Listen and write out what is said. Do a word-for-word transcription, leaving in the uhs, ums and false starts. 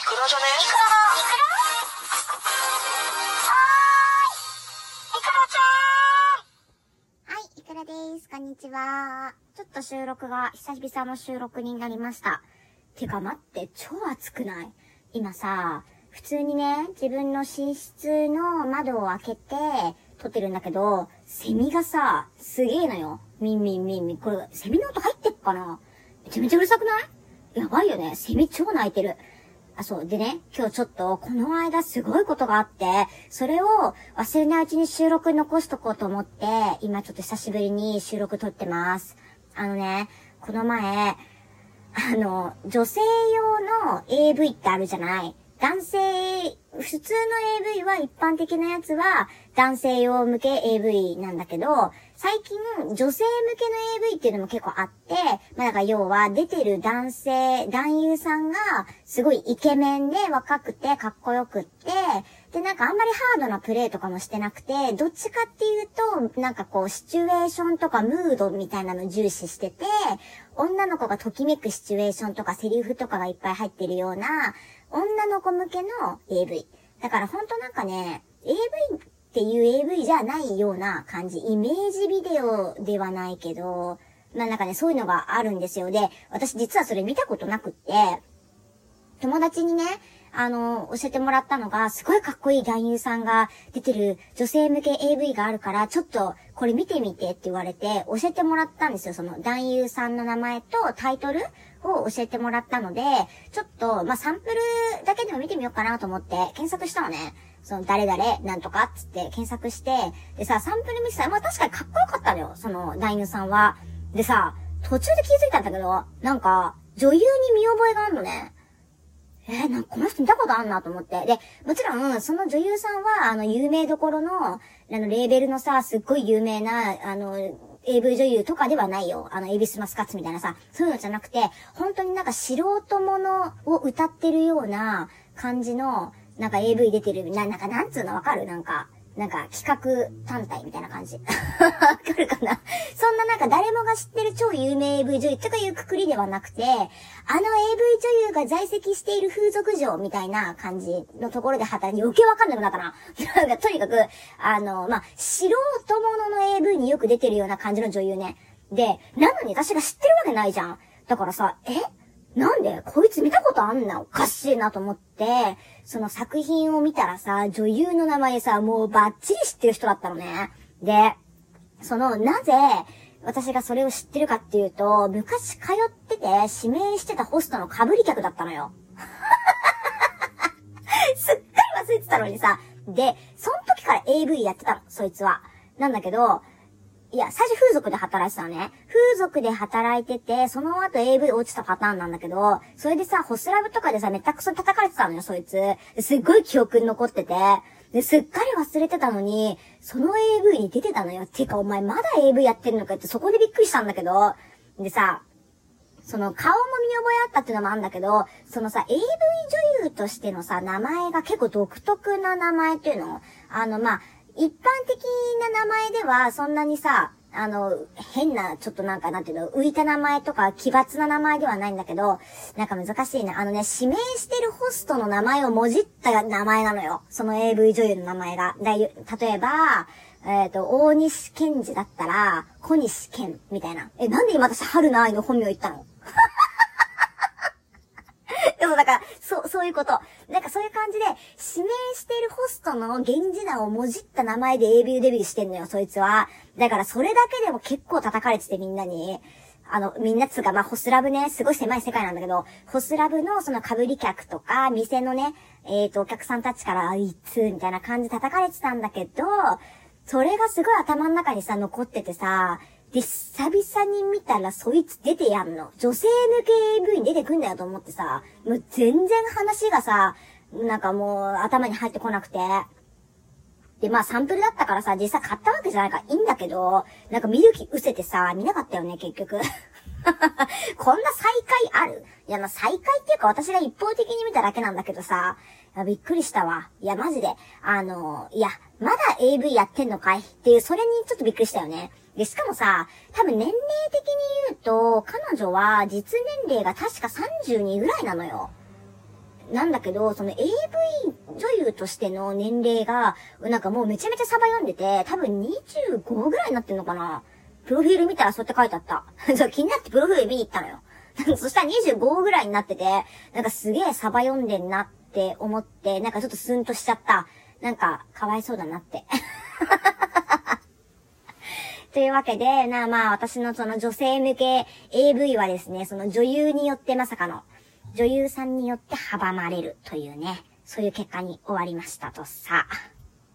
くらじゃね？ いくらだ。いくら？はーい。いくらちゃん。はい、いくらです。こんにちは。ちょっと収録が久々の収録になりました。てか待って、超暑くない？今さ、普通にね、自分の寝室の窓を開けて撮ってるんだけど、セミがさ、すげえのよ。ミンミンミンミン。これ、セミの音入ってっかな？めちゃめちゃうるさくない？やばいよね。セミ超鳴いてる。あ、そう。でね、今日ちょっと、この間すごいことがあって、それを忘れないうちに収録に残しとこうと思って、今ちょっと久しぶりに収録撮ってます。あのね、この前、あの、女性用の エーブイ ってあるじゃない？男性、普通の エーブイ は一般的なやつは男性用向け エーブイ なんだけど、最近女性向けの エーブイ っていうのも結構あって、まあだから要は出てる男性、男優さんがすごいイケメンで若くてかっこよくって、でなんかあんまりハードなプレイとかもしてなくて、どっちかっていうと、なんかこうシチュエーションとかムードみたいなの重視してて、女の子がときめくシチュエーションとかセリフとかがいっぱい入ってるような、女の子向けの エーブイ。だからほんとなんかね、エーブイ っていう エーブイ じゃないような感じ。イメージビデオではないけど、まあなんかね、そういうのがあるんですよ。で、私実はそれ見たことなくって、友達にね、あの、教えてもらったのが、すごいかっこいい男優さんが出てる女性向け エーブイ があるから、ちょっとこれ見てみてって言われて、教えてもらったんですよ。その男優さんの名前とタイトルを教えてもらったので、ちょっと、まあ、サンプルだけでも見てみようかなと思って検索したのね。その誰々なんとかっつって検索して、でさ、サンプル見てたら、まあ、確かにかっこよかったのよ。その男優さんは。でさ、途中で気づいたんだけど、なんか、女優に見覚えがあるのね。えー、なんかこの人見たことあんなと思って。で、もちろん、その女優さんは、あの、有名どころの、あの、レーベルのさ、すっごい有名な、あの、エーブイ 女優とかではないよ。あの、エビスマスカッツみたいなさ、そういうのじゃなくて、本当になんか素人ものを歌ってるような感じの、なんか エーブイ 出てる、な、なんかなんつうのわかる？なんか、なんか企画単体みたいな感じ。わかるかな？そんななんか誰もが知ってる超有名 エーブイ 女優とかいうくくりではなくて、あの エーブイ 女優が在籍している風俗嬢みたいな感じのところで働いて余計わかんなくなったな。なんかとにかく、あの、まあ、素人ものの エーブイ によく出てるような感じの女優ね。で、なのに私が知ってるわけないじゃん。だからさ、え？なんでこいつ見たことあんなおかしいなと思って、その作品を見たらさ、女優の名前さ、もうバッチリ知ってる人だったのね。で、その、なぜ、私がそれを知ってるかっていうと、昔通ってて指名してたホストの被り客だったのよ。すっかり忘れてたのにさ。で、その時から エーブイ やってたの、そいつは。なんだけど、いや、最初風俗で働いてたのね。風俗で働いてて、その後 エーブイ 落ちたパターンなんだけど、それでさ、ホスラブとかでさ、めったくそに叩かれてたのよ、そいつ。すっごい記憶に残ってて。で、すっかり忘れてたのに、その エーブイ に出てたのよ。てか、お前まだ エーブイ やってんのかって、そこでびっくりしたんだけど。でさ、その顔も見覚えあったっていうのもあるんだけど、そのさ、エーブイ 女優としてのさ、名前が結構独特な名前っていうの。あの、まあ、一般的な名前では、そんなにさ、あの、変な、ちょっとなんか、なんていうの、浮いた名前とか、奇抜な名前ではないんだけど、なんか難しいね。あのね、指名してるホストの名前をもじった名前なのよ。その エーブイ 女優の名前が。だい、例えば、えっと、大西健二だったら、小西健みたいな。え、なんで今私、春菜愛の本名言ったの？でもだから、そう、そういうこと。なんかそういう感じで、指名しているホストの源氏名をもじった名前で エーブイ デビューしてんのよ、そいつは。だからそれだけでも結構叩かれててみんなに。あの、みんなつうか、まあ、ホスラブね、すごい狭い世界なんだけど、ホスラブのその被り客とか、店のね、えっと、お客さんたちから、あいつ、みたいな感じで叩かれてたんだけど、それがすごい頭の中にさ、残っててさ、で、久々に見たらそいつ出てやんの。女性向け エーブイ に出てくんだよと思ってさ、もう全然話がさ、なんかもう頭に入ってこなくて。で、まあサンプルだったからさ、実際買ったわけじゃないからいいんだけど、なんか見る気失せてさ、見なかったよね、結局。こんな再会ある？いや、まあ再会っていうか私が一方的に見ただけなんだけどさ、いやびっくりしたわ。いや、マジで。あの、いや、まだ エーブイ やってんのかいっていう、それにちょっとびっくりしたよね。で、しかもさ、多分年齢的に言うと、彼女は実年齢が確かさんじゅうにぐらいなのよ。 なんだけど、その エーブイ 女優としての年齢が、なんかもうめちゃめちゃサバ読んでて、多分にじゅうごぐらいになってんのかな。プロフィール見たらそうやって書いてあった。そう、気になってプロフィール見に行ったのよ。そしたらにじゅうごぐらいになってて、なんかすげえサバ読んでんなって思って、なんかちょっとスンとしちゃった。なんか、かわいそうだなって。というわけで、な、まあ私のその女性向け エーブイ はですね、その女優によってまさかの、女優さんによって阻まれるというね、そういう結果に終わりましたとさ。